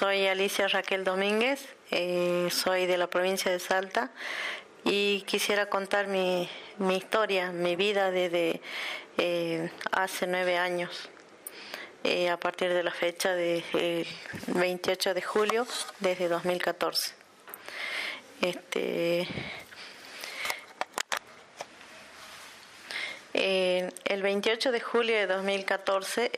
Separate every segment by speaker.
Speaker 1: Soy Alicia Raquel Domínguez, soy de la provincia de Salta y quisiera contar mi historia, mi vida desde hace 9 años, a partir de la fecha del 28 de julio desde 2014. El 28 de julio de 2014,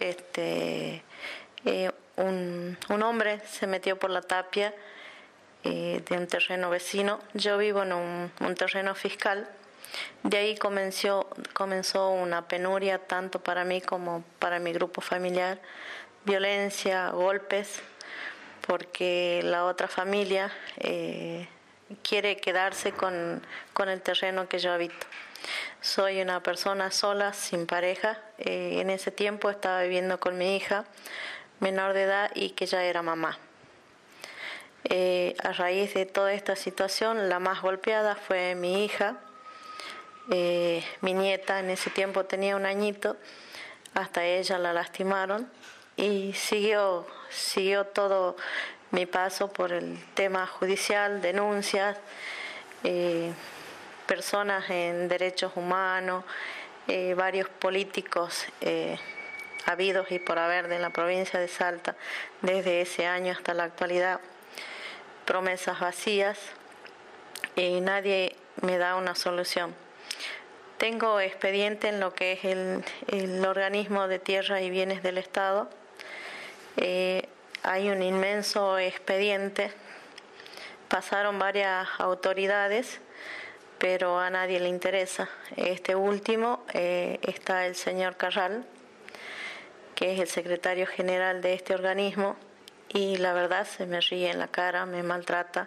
Speaker 1: un hombre se metió por la tapia de un terreno vecino. Yo vivo en un terreno fiscal. De ahí comenzó una penuria tanto para mí como para mi grupo familiar, violencia, golpes, porque la otra familia quiere quedarse con el terreno que yo habito. Soy una persona sola, sin pareja. En ese tiempo estaba viviendo con mi hija menor de edad y que ya era mamá. A raíz de toda esta situación, la más golpeada fue mi hija. Mi nieta en ese tiempo tenía 1 añito, hasta ella la lastimaron y siguió todo mi paso por el tema judicial, denuncias, personas en derechos humanos, varios políticos habidos y por haber de la provincia de Salta desde ese año hasta la actualidad, promesas vacías y nadie me da una solución. Tengo expediente en lo que es el organismo de tierra y bienes del Estado. Hay un inmenso expediente. Pasaron varias autoridades, pero a nadie le interesa. Este último está el señor Carral, que es el secretario general de este organismo, y la verdad se me ríe en la cara, me maltrata,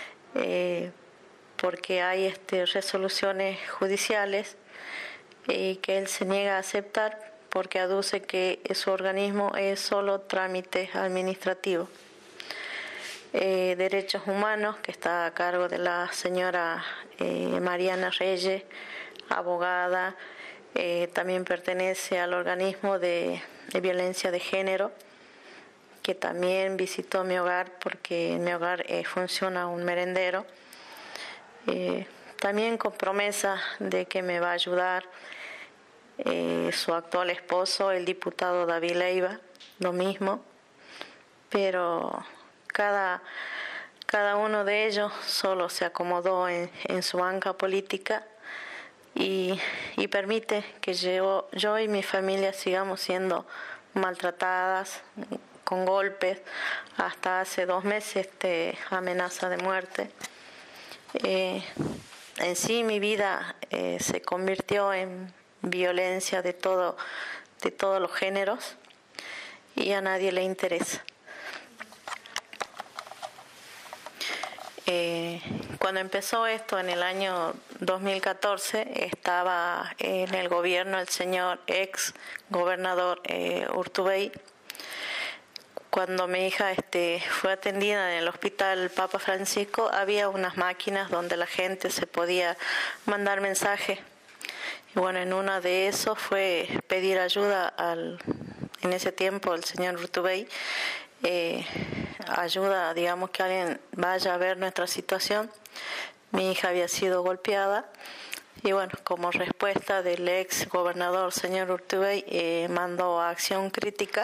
Speaker 1: porque hay resoluciones judiciales que él se niega a aceptar porque aduce que su organismo es solo trámite administrativo. Derechos Humanos, que está a cargo de la señora Mariana Reyes, abogada, también pertenece al organismo de violencia de género, que también visitó mi hogar porque en mi hogar funciona un merendero, también con promesa de que me va a ayudar. Su actual esposo, el diputado David Leiva, lo mismo, pero cada uno de ellos solo se acomodó en su banca política y permite que yo y mi familia sigamos siendo maltratadas, con golpes, hasta hace 2 meses amenaza de muerte. En sí mi vida se convirtió en violencia de todos los géneros y a nadie le interesa. Cuando empezó esto en el año 2014 estaba en el gobierno el señor ex gobernador Urtubey. Cuando mi hija fue atendida en el hospital Papa Francisco, había unas máquinas donde la gente se podía mandar mensajes. Y bueno, en una de esos fue pedir ayuda en ese tiempo el señor Urtubey, ayuda, digamos, que alguien vaya a ver nuestra situación. Mi hija había sido golpeada y bueno, como respuesta del ex gobernador señor Urtubey, mandó a acción crítica.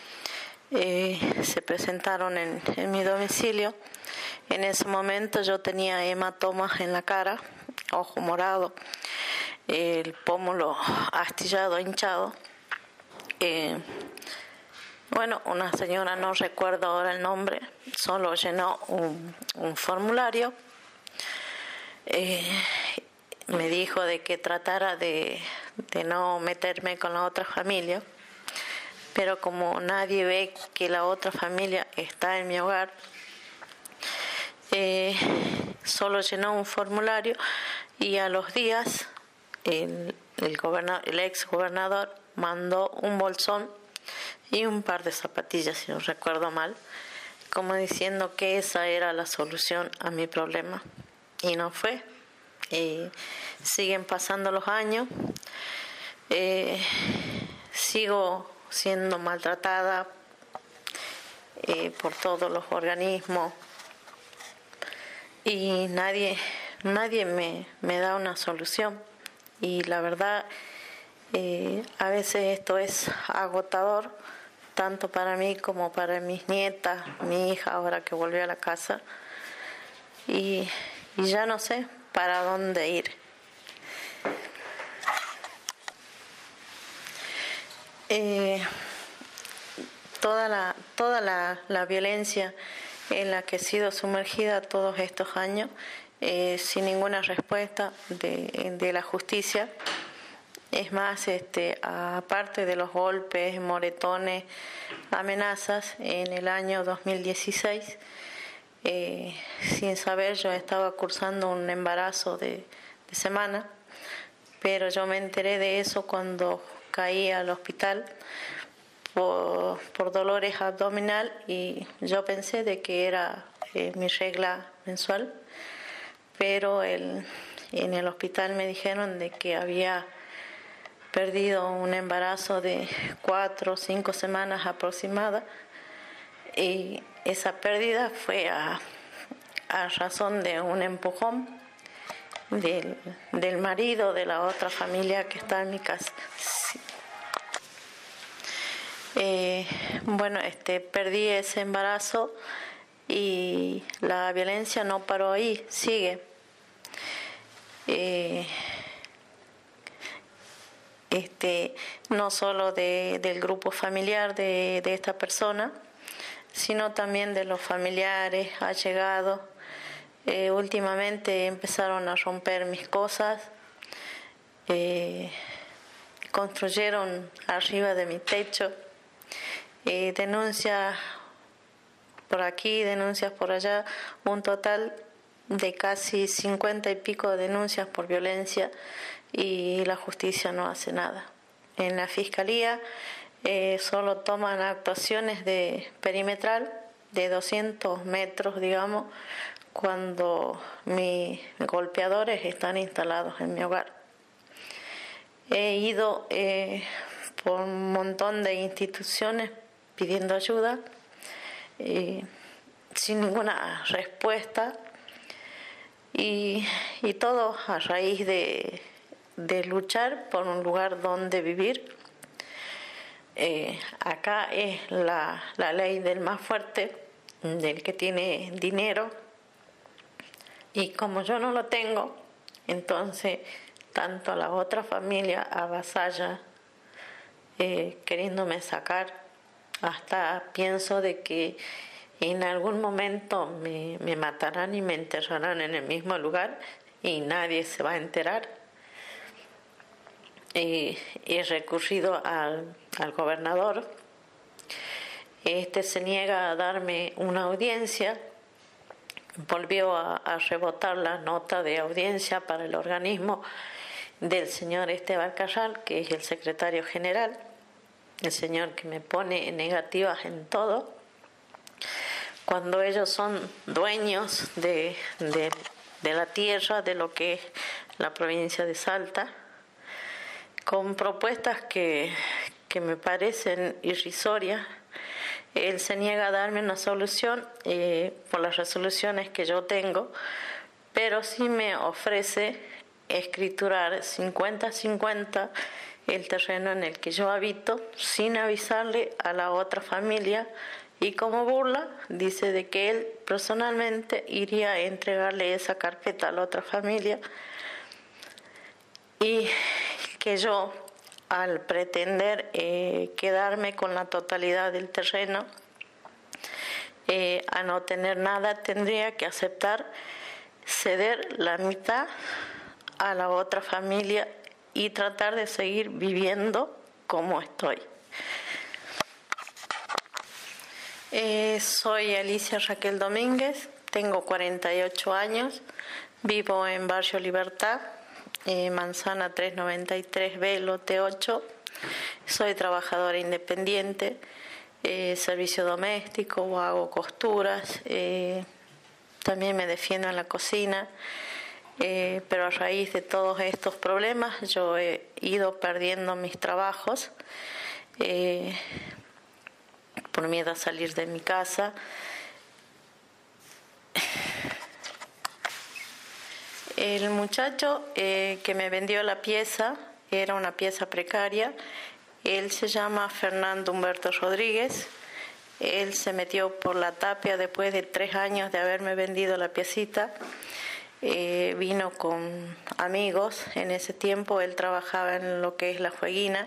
Speaker 1: Se presentaron en mi domicilio. En ese momento yo tenía hematomas en la cara, ojo morado, el pómulo astillado, hinchado. Bueno, una señora, no recuerdo ahora el nombre, solo llenó un formulario. Me dijo de que tratara de no meterme con la otra familia, pero como nadie ve que la otra familia está en mi hogar, solo llenó un formulario y a los días el ex gobernador mandó un bolsón y un par de zapatillas, si no recuerdo mal, como diciendo que esa era la solución a mi problema, y no fue. Siguen pasando los años, sigo siendo maltratada, por todos los organismos y nadie me da una solución. Y la verdad, a veces esto es agotador, tanto para mí como para mis nietas, mi hija ahora que volvió a la casa, y ya no sé para dónde ir. Toda la violencia en la que he sido sumergida todos estos años, sin ninguna respuesta de la justicia. Es más, aparte de los golpes, moretones, amenazas, en el año 2016, sin saber, yo estaba cursando un embarazo de semana, pero yo me enteré de eso cuando caí al hospital por dolores abdominal y yo pensé de que era mi regla mensual, pero en el hospital me dijeron de que había perdido un embarazo de 4 o 5 semanas aproximada, y esa pérdida fue a razón de un empujón del marido de la otra familia que está en mi casa. Perdí ese embarazo y la violencia no paró ahí, sigue. No solo del grupo familiar de esta persona, sino también de los familiares, allegados. Últimamente empezaron a romper mis cosas, construyeron arriba de mi techo, denuncias por aquí, denuncias por allá, un total de casi 50 y pico denuncias por violencia, y la justicia no hace nada. En la fiscalía solo toman actuaciones de perimetral de 200 metros, digamos, cuando mis golpeadores están instalados en mi hogar. He ido por un montón de instituciones pidiendo ayuda, sin ninguna respuesta, y todo a raíz de luchar por un lugar donde vivir. Acá es la ley del más fuerte, del que tiene dinero, y como yo no lo tengo, entonces tanto la otra familia avasalla, queriéndome sacar. Hasta pienso de que en algún momento me matarán y me enterrarán en el mismo lugar y nadie se va a enterar. He recurrido al gobernador. Se niega a darme una audiencia. Volvió a rebotar la nota de audiencia para el organismo del señor Esteban Carral, que es el secretario general, el señor que me pone negativas en todo, cuando ellos son dueños de la tierra, de lo que es la provincia de Salta, con propuestas que me parecen irrisorias. Él se niega a darme una solución por las resoluciones que yo tengo, pero sí me ofrece escriturar 50-50 el terreno en el que yo habito sin avisarle a la otra familia, y como burla dice de que él personalmente iría a entregarle esa carpeta a la otra familia, y que yo, al pretender quedarme con la totalidad del terreno, a no tener nada, tendría que aceptar ceder la mitad a la otra familia y tratar de seguir viviendo como estoy. Soy Alicia Raquel Domínguez, tengo 48 años, vivo en Barrio Libertad, Manzana 393B, lote 8. Soy trabajadora independiente, servicio doméstico, hago costuras, también me defiendo en la cocina, pero a raíz de todos estos problemas yo he ido perdiendo mis trabajos, por miedo a salir de mi casa. El muchacho que me vendió la pieza, era una pieza precaria, él se llama Fernando Humberto Rodríguez. Él se metió por la tapia después de 3 años de haberme vendido la piecita. Vino con amigos. En ese tiempo él trabajaba en lo que es la jueguina.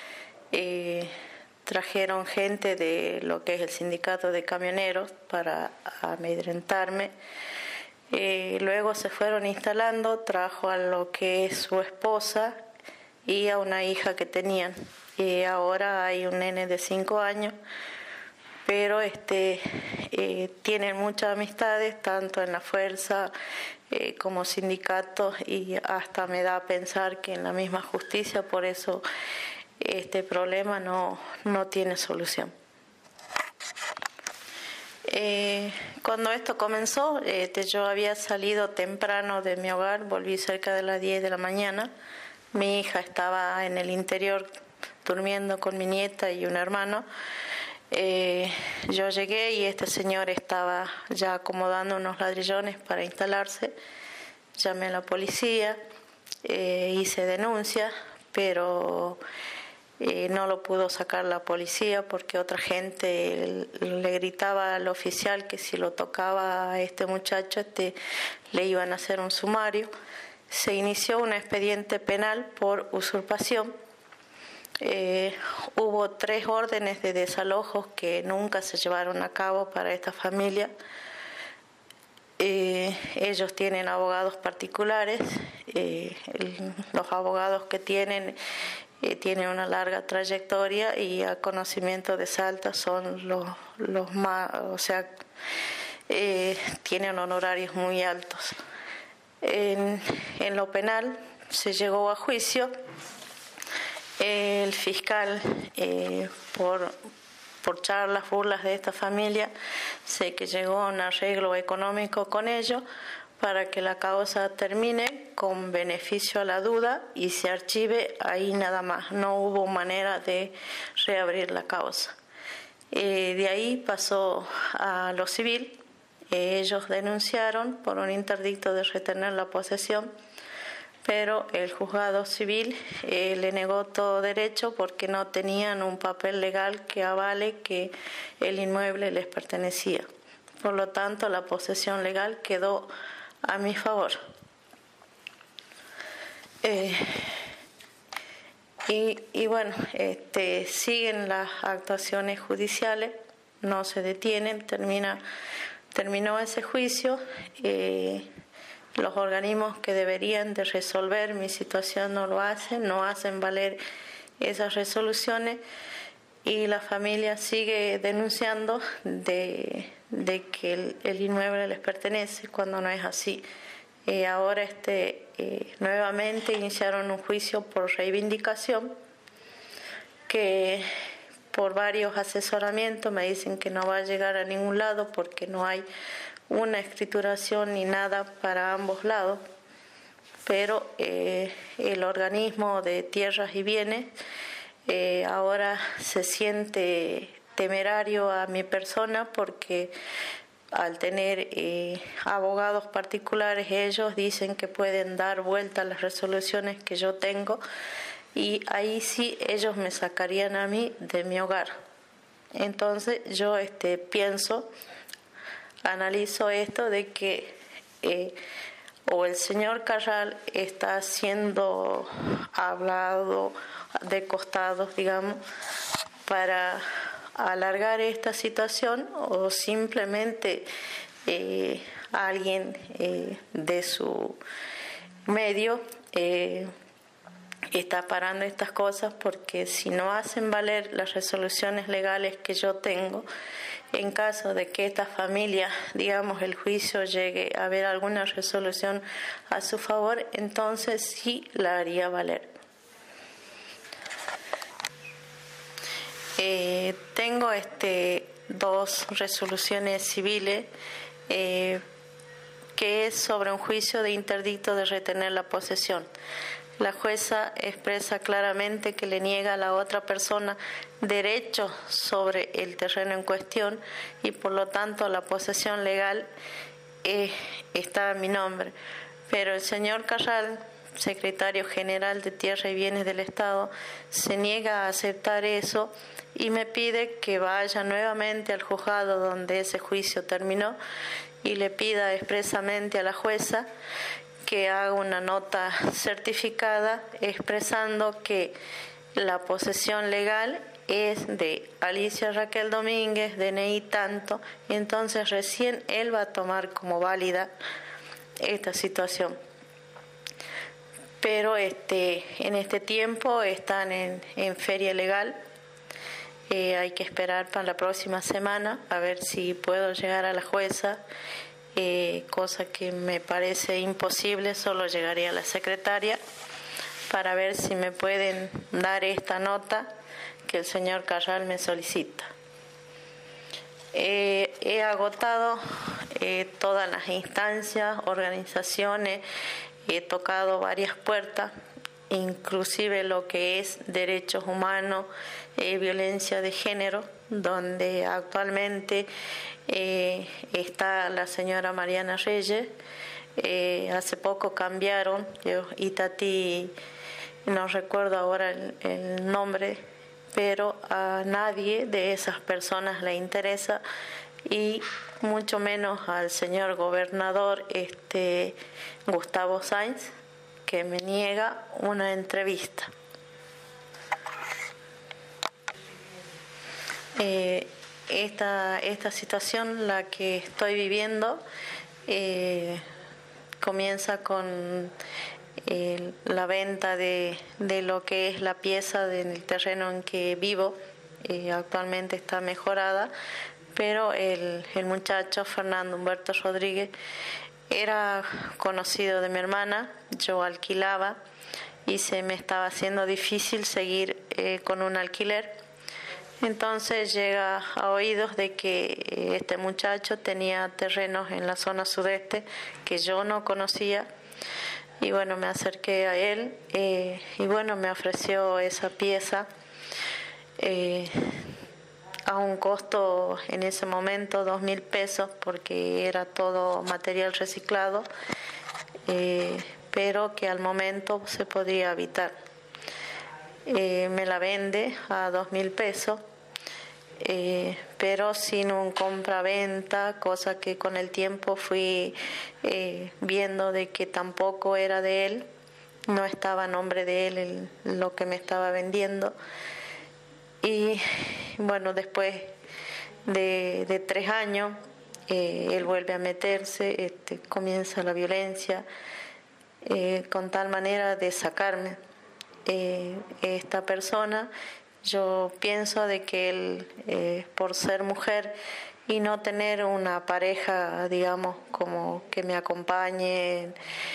Speaker 1: Trajeron gente de lo que es el sindicato de camioneros para amedrentarme. Luego se fueron instalando, trajo a lo que es su esposa y a una hija que tenían. Ahora hay un nene de 5 años, pero tienen muchas amistades, tanto en la fuerza como sindicatos, y hasta me da a pensar que en la misma justicia, por eso este problema no tiene solución. Cuando esto comenzó, yo había salido temprano de mi hogar, volví cerca de las 10 de la mañana. Mi hija estaba en el interior durmiendo con mi nieta y un hermano. Yo llegué y este señor estaba ya acomodando unos ladrillones para instalarse. Llamé a la policía, hice denuncia, pero no lo pudo sacar la policía porque otra gente le gritaba al oficial que si lo tocaba a este muchacho le iban a hacer un sumario. Se inició un expediente penal por usurpación. Hubo 3 órdenes de desalojos que nunca se llevaron a cabo para esta familia. Ellos tienen abogados particulares. Los abogados que tienen una larga trayectoria y a conocimiento de Salta son los más, o sea, tienen honorarios muy altos. En lo penal se llegó a juicio. El fiscal, por charlas, burlas de esta familia, sé que llegó a un arreglo económico con ellos para que la causa termine con beneficio a la duda y se archive ahí nada más. No hubo manera de reabrir la causa. De ahí pasó a lo civil. Ellos denunciaron por un interdicto de retener la posesión, pero el juzgado civil le negó todo derecho porque no tenían un papel legal que avale que el inmueble les pertenecía. Por lo tanto, la posesión legal quedó a mi favor. Y bueno, siguen las actuaciones judiciales, no se detienen, terminó ese juicio. Los organismos que deberían de resolver mi situación no lo hacen, no hacen valer esas resoluciones, y la familia sigue denunciando de que el inmueble les pertenece cuando no es así. Ahora nuevamente iniciaron un juicio por reivindicación, que por varios asesoramientos me dicen que no va a llegar a ningún lado porque no hay una escrituración ni nada para ambos lados, pero el organismo de tierras y bienes ahora se siente temerario a mi persona porque al tener abogados particulares, ellos dicen que pueden dar vuelta a las resoluciones que yo tengo, y ahí sí ellos me sacarían a mí de mi hogar. Entonces yo analizo esto de que o el señor Carral está siendo hablado de costados, digamos, para alargar esta situación, o simplemente alguien de su medio está parando estas cosas, porque si no hacen valer las resoluciones legales que yo tengo, en caso de que esta familia, digamos, el juicio llegue a haber alguna resolución a su favor, entonces sí la haría valer. Tengo 2 resoluciones civiles que es sobre un juicio de interdicto de retener la posesión. la jueza expresa claramente que le niega a la otra persona derechos sobre el terreno en cuestión y por lo tanto la posesión legal está a mi nombre. Pero el señor Carral, secretario general de Tierra y Bienes del Estado, se niega a aceptar eso y me pide que vaya nuevamente al juzgado donde ese juicio terminó y le pida expresamente a la jueza que haga una nota certificada expresando que la posesión legal es de Alicia Raquel Domínguez, DNI tanto, y entonces recién él va a tomar como válida esta situación. Pero en este tiempo están en feria legal. Hay que esperar para la próxima semana a ver si puedo llegar a la jueza, cosa que me parece imposible, solo llegaría a la secretaria para ver si me pueden dar esta nota que el señor Carral me solicita. He agotado todas las instancias, organizaciones, he tocado varias puertas, inclusive lo que es derechos humanos, violencia de género, donde actualmente está la señora Mariana Reyes. Hace poco cambiaron, Itatí, no recuerdo ahora el nombre, pero a nadie de esas personas le interesa y mucho menos al señor gobernador Gustavo Sáenz, que me niega una entrevista. Esta situación, la que estoy viviendo, comienza con la venta de lo que es la pieza del terreno en que vivo. Actualmente está mejorada, pero el muchacho Fernando Humberto Rodríguez era conocido de mi hermana. Yo alquilaba y se me estaba haciendo difícil seguir con un alquiler. Entonces llega a oídos de que este muchacho tenía terrenos en la zona sudeste que yo no conocía. Y bueno, me acerqué a él y bueno, me ofreció esa pieza a un costo en ese momento 2.000 pesos, porque era todo material reciclado, pero que al momento se podía habitar. Me la vende a 2.000 pesos, pero sin un compra-venta, cosa que con el tiempo fui viendo de que tampoco era de él, no estaba a nombre de él lo que me estaba vendiendo. Y bueno, después de 3 años, él vuelve a meterse, comienza la violencia, con tal manera de sacarme. Esta persona, yo pienso de que él, por ser mujer y no tener una pareja, digamos, como que me acompañe,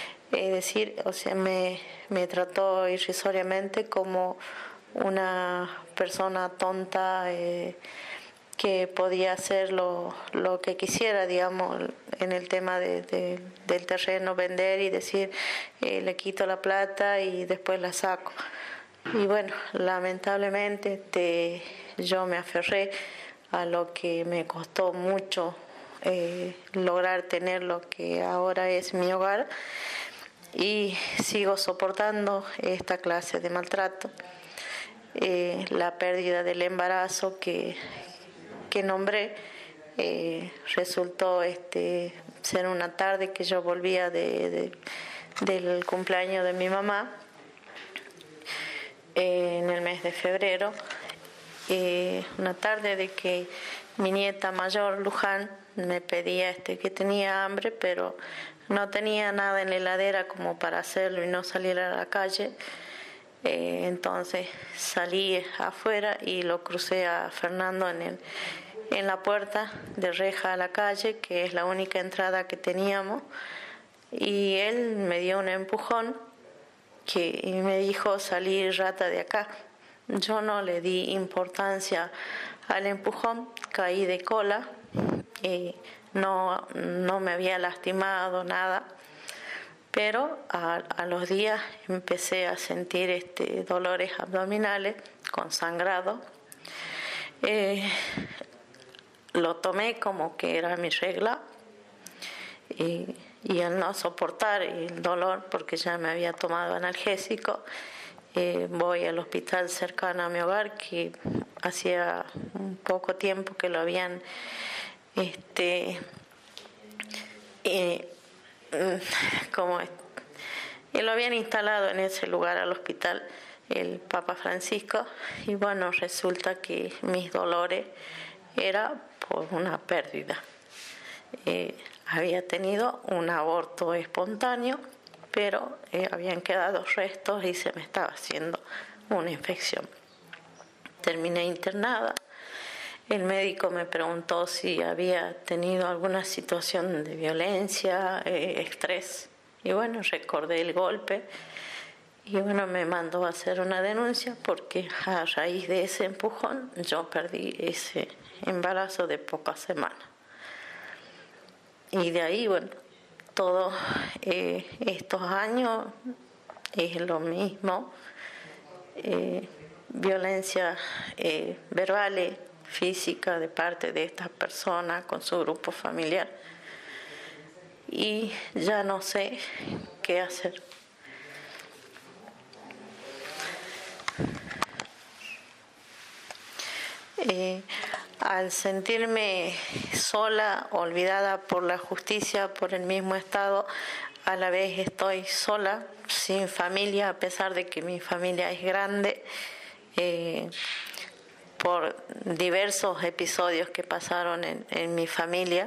Speaker 1: me trató irrisoriamente como una persona tonta, que podía hacer lo que quisiera, digamos, en el tema del terreno, vender y decir, le quito la plata y después la saco. Y bueno, lamentablemente yo me aferré a lo que me costó mucho lograr tener lo que ahora es mi hogar, y sigo soportando esta clase de maltrato. La pérdida del embarazo que nombré resultó ser una tarde que yo volvía del cumpleaños de mi mamá en el mes de febrero, una tarde de que mi nieta mayor, Luján, me pedía que tenía hambre, pero no tenía nada en la heladera como para hacerlo y no salir a la calle. Entonces salí afuera y lo crucé a Fernando en la puerta de reja a la calle, que es la única entrada que teníamos, y él me dio un empujón y me dijo: salí, rata, de acá. Yo no le di importancia al empujón, caí de cola, no me había lastimado nada, pero a los días empecé a sentir dolores abdominales con sangrado. Lo tomé como que era mi regla y al no soportar el dolor, porque ya me había tomado analgésico, voy al hospital cercano a mi hogar, que hacía un poco tiempo que lo habían lo habían instalado en ese lugar, al hospital, el Papa Francisco, y bueno, resulta que mis dolores era por una pérdida. Había tenido un aborto espontáneo, pero habían quedado restos y se me estaba haciendo una infección. Terminé internada. El médico me preguntó si había tenido alguna situación de violencia, estrés, y bueno, recordé el golpe y bueno, me mandó a hacer una denuncia porque a raíz de ese empujón yo perdí ese embarazo de pocas semanas. Y de ahí, bueno, todos estos años es lo mismo, violencia verbal, física de parte de estas personas con su grupo familiar, y ya no sé qué hacer. Al sentirme sola, olvidada por la justicia, por el mismo Estado, a la vez estoy sola, sin familia, a pesar de que mi familia es grande, por diversos episodios que pasaron en mi familia.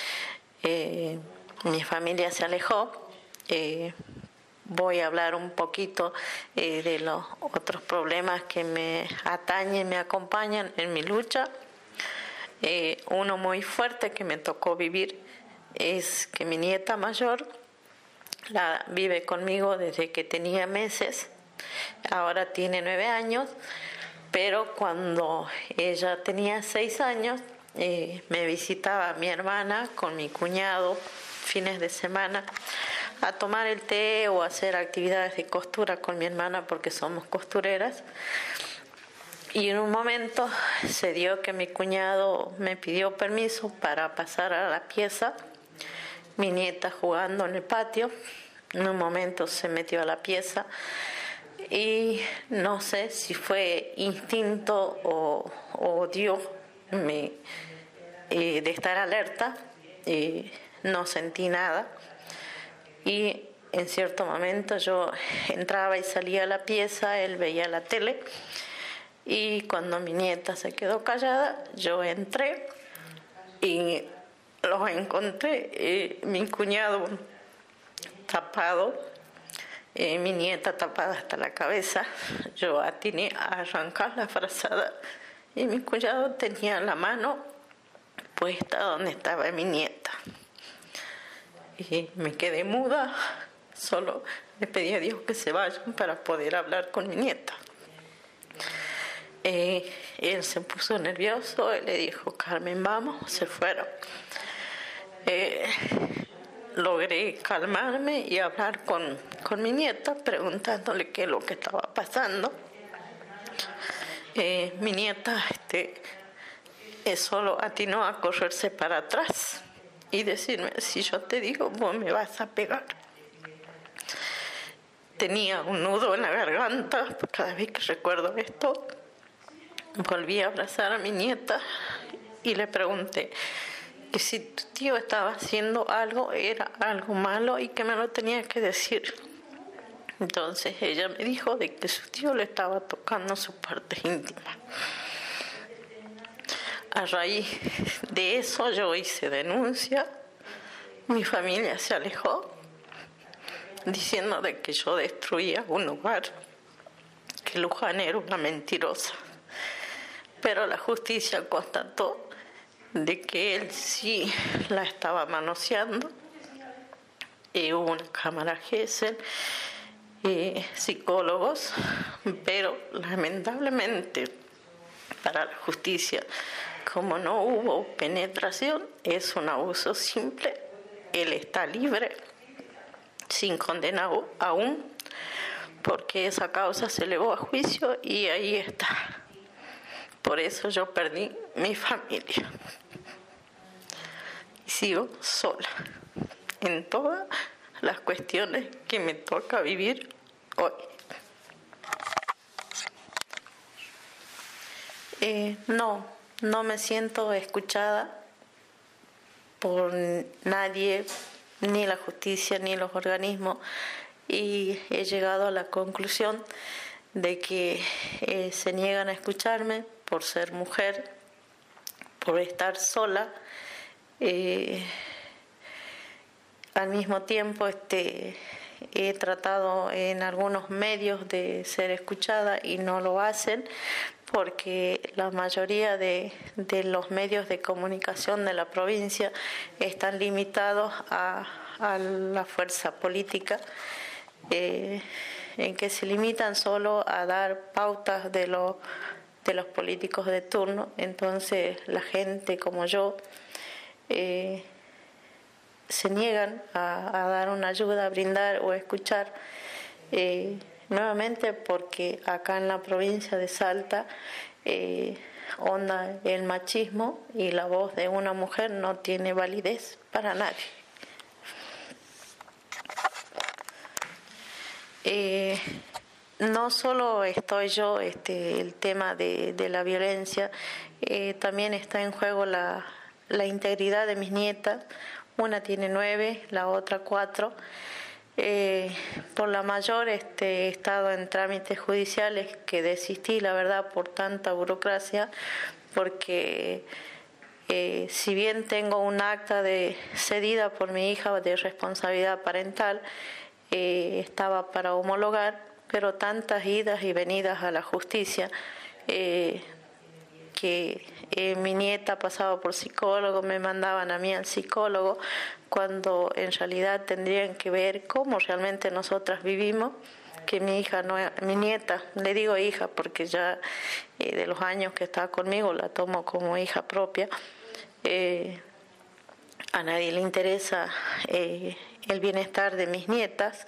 Speaker 1: Mi familia se alejó. Voy a hablar un poquito de los otros problemas que me atañen, me acompañan en mi lucha. Uno muy fuerte que me tocó vivir es que mi nieta mayor vive conmigo desde que tenía meses, ahora tiene 9 años, pero cuando ella tenía 6 años me visitaba mi hermana con mi cuñado fines de semana a tomar el té o hacer actividades de costura con mi hermana porque somos costureras. Y en un momento se dio que mi cuñado me pidió permiso para pasar a la pieza, mi nieta jugando en el patio. En un momento se metió a la pieza y no sé si fue instinto o Dios de estar alerta, no sentí nada. Y en cierto momento yo entraba y salía a la pieza, él veía la tele. Y cuando mi nieta se quedó callada, yo entré y los encontré, mi cuñado tapado, mi nieta tapada hasta la cabeza. Yo atiné a arrancar la frazada y mi cuñado tenía la mano puesta donde estaba mi nieta. Y me quedé muda, solo le pedí a Dios que se vayan para poder hablar con mi nieta. Él se puso nervioso, él le dijo, Carmen, vamos, se fueron. Logré calmarme y hablar con mi nieta, preguntándole qué es lo que estaba pasando. Mi nieta solo atinó a correrse para atrás y decirme, si yo te digo, vos me vas a pegar. Tenía un nudo en la garganta, cada vez que recuerdo esto. Volví a abrazar a mi nieta y le pregunté que si tu tío estaba haciendo algo, era algo malo y que me lo tenía que decir. Entonces ella me dijo de que su tío le estaba tocando su parte íntima. A raíz de eso yo hice denuncia, mi familia se alejó, diciendo de que yo destruía un hogar, que Luján era una mentirosa. Pero la justicia constató de que él sí la estaba manoseando. Hubo una cámara Gesell, psicólogos, pero lamentablemente para la justicia, como no hubo penetración, es un abuso simple, él está libre. sin condena aún, porque esa causa se elevó a juicio y ahí está. Por eso yo perdí mi familia y sigo sola en todas las cuestiones que me toca vivir hoy. No me siento escuchada por nadie, ni la justicia, ni los organismos, y he llegado a la conclusión de que se niegan a escucharme por ser mujer, por estar sola. Al mismo tiempo he tratado en algunos medios de ser escuchada y no lo hacen, porque la mayoría de los medios de comunicación de la provincia están limitados a la fuerza política, en que se limitan solo a dar pautas de los políticos de turno. Entonces la gente como yo se niegan a dar una ayuda, a brindar o a escuchar, nuevamente porque acá en la provincia de Salta onda el machismo y la voz de una mujer no tiene validez para nadie. No solo estoy yo, el tema de la violencia, también está en juego la integridad de mis nietas. Una tiene 9, la otra 4. Por la mayor he estado en trámites judiciales que desistí, la verdad, por tanta burocracia, porque si bien tengo un acta cedida por mi hija de responsabilidad parental, estaba para homologar, pero tantas idas y venidas a la justicia, que mi nieta pasaba por psicólogo, me mandaban a mí al psicólogo, cuando en realidad tendrían que ver cómo realmente nosotras vivimos, que mi hija no es, mi nieta, le digo hija porque ya de los años que está conmigo la tomo como hija propia. A nadie le interesa el bienestar de mis nietas,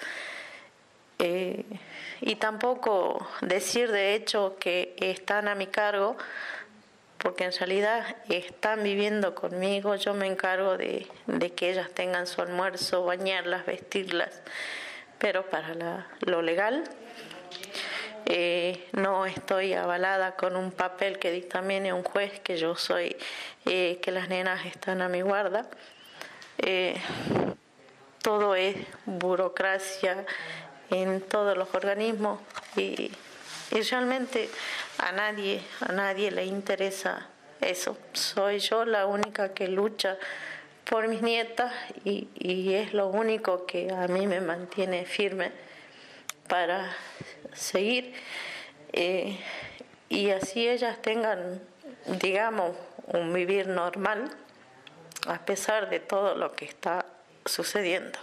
Speaker 1: y tampoco decir de hecho que están a mi cargo, porque en realidad están viviendo conmigo. Yo me encargo de que ellas tengan su almuerzo, bañarlas, vestirlas, pero para lo legal no estoy avalada con un papel que dictamine un juez que yo soy, que las nenas están a mi guarda. Todo es burocracia en todos los organismos y realmente a nadie le interesa eso. Soy yo la única que lucha por mis nietas y es lo único que a mí me mantiene firme para seguir, y así ellas tengan, digamos, un vivir normal a pesar de todo lo que está sucediendo.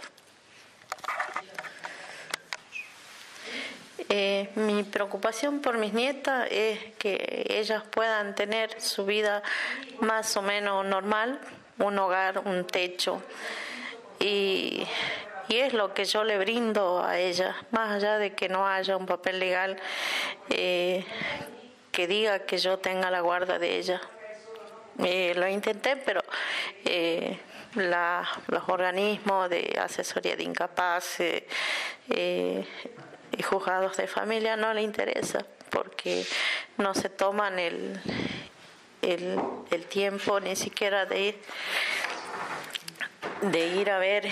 Speaker 1: Mi preocupación por mis nietas es que ellas puedan tener su vida más o menos normal, un hogar, un techo, y es lo que yo le brindo a ellas, más allá de que no haya un papel legal que diga que yo tenga la guarda de ellas. Lo intenté, pero los organismos de asesoría de incapaces y juzgados de familia no le interesa, porque no se toman el tiempo ni siquiera de ir a ver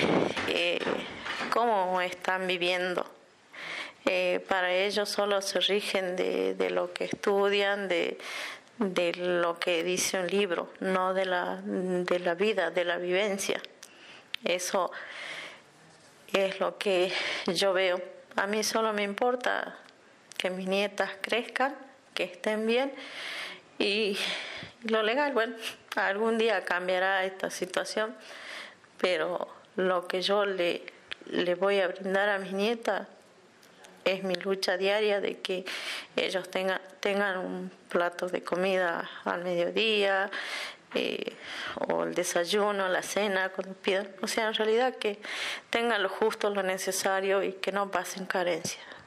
Speaker 1: cómo están viviendo. Para ellos solo se rigen de lo que estudian, de lo que dice un libro, no de la vida, de la vivencia. Eso es lo que yo veo. A mí solo me importa que mis nietas crezcan, que estén bien, y lo legal, bueno, algún día cambiará esta situación, pero lo que yo le voy a brindar a mis nietas es mi lucha diaria de que ellos tengan un plato de comida al mediodía, o el desayuno, la cena, cuando pidan. O sea, en realidad que tengan lo justo, lo necesario y que no pasen carencias.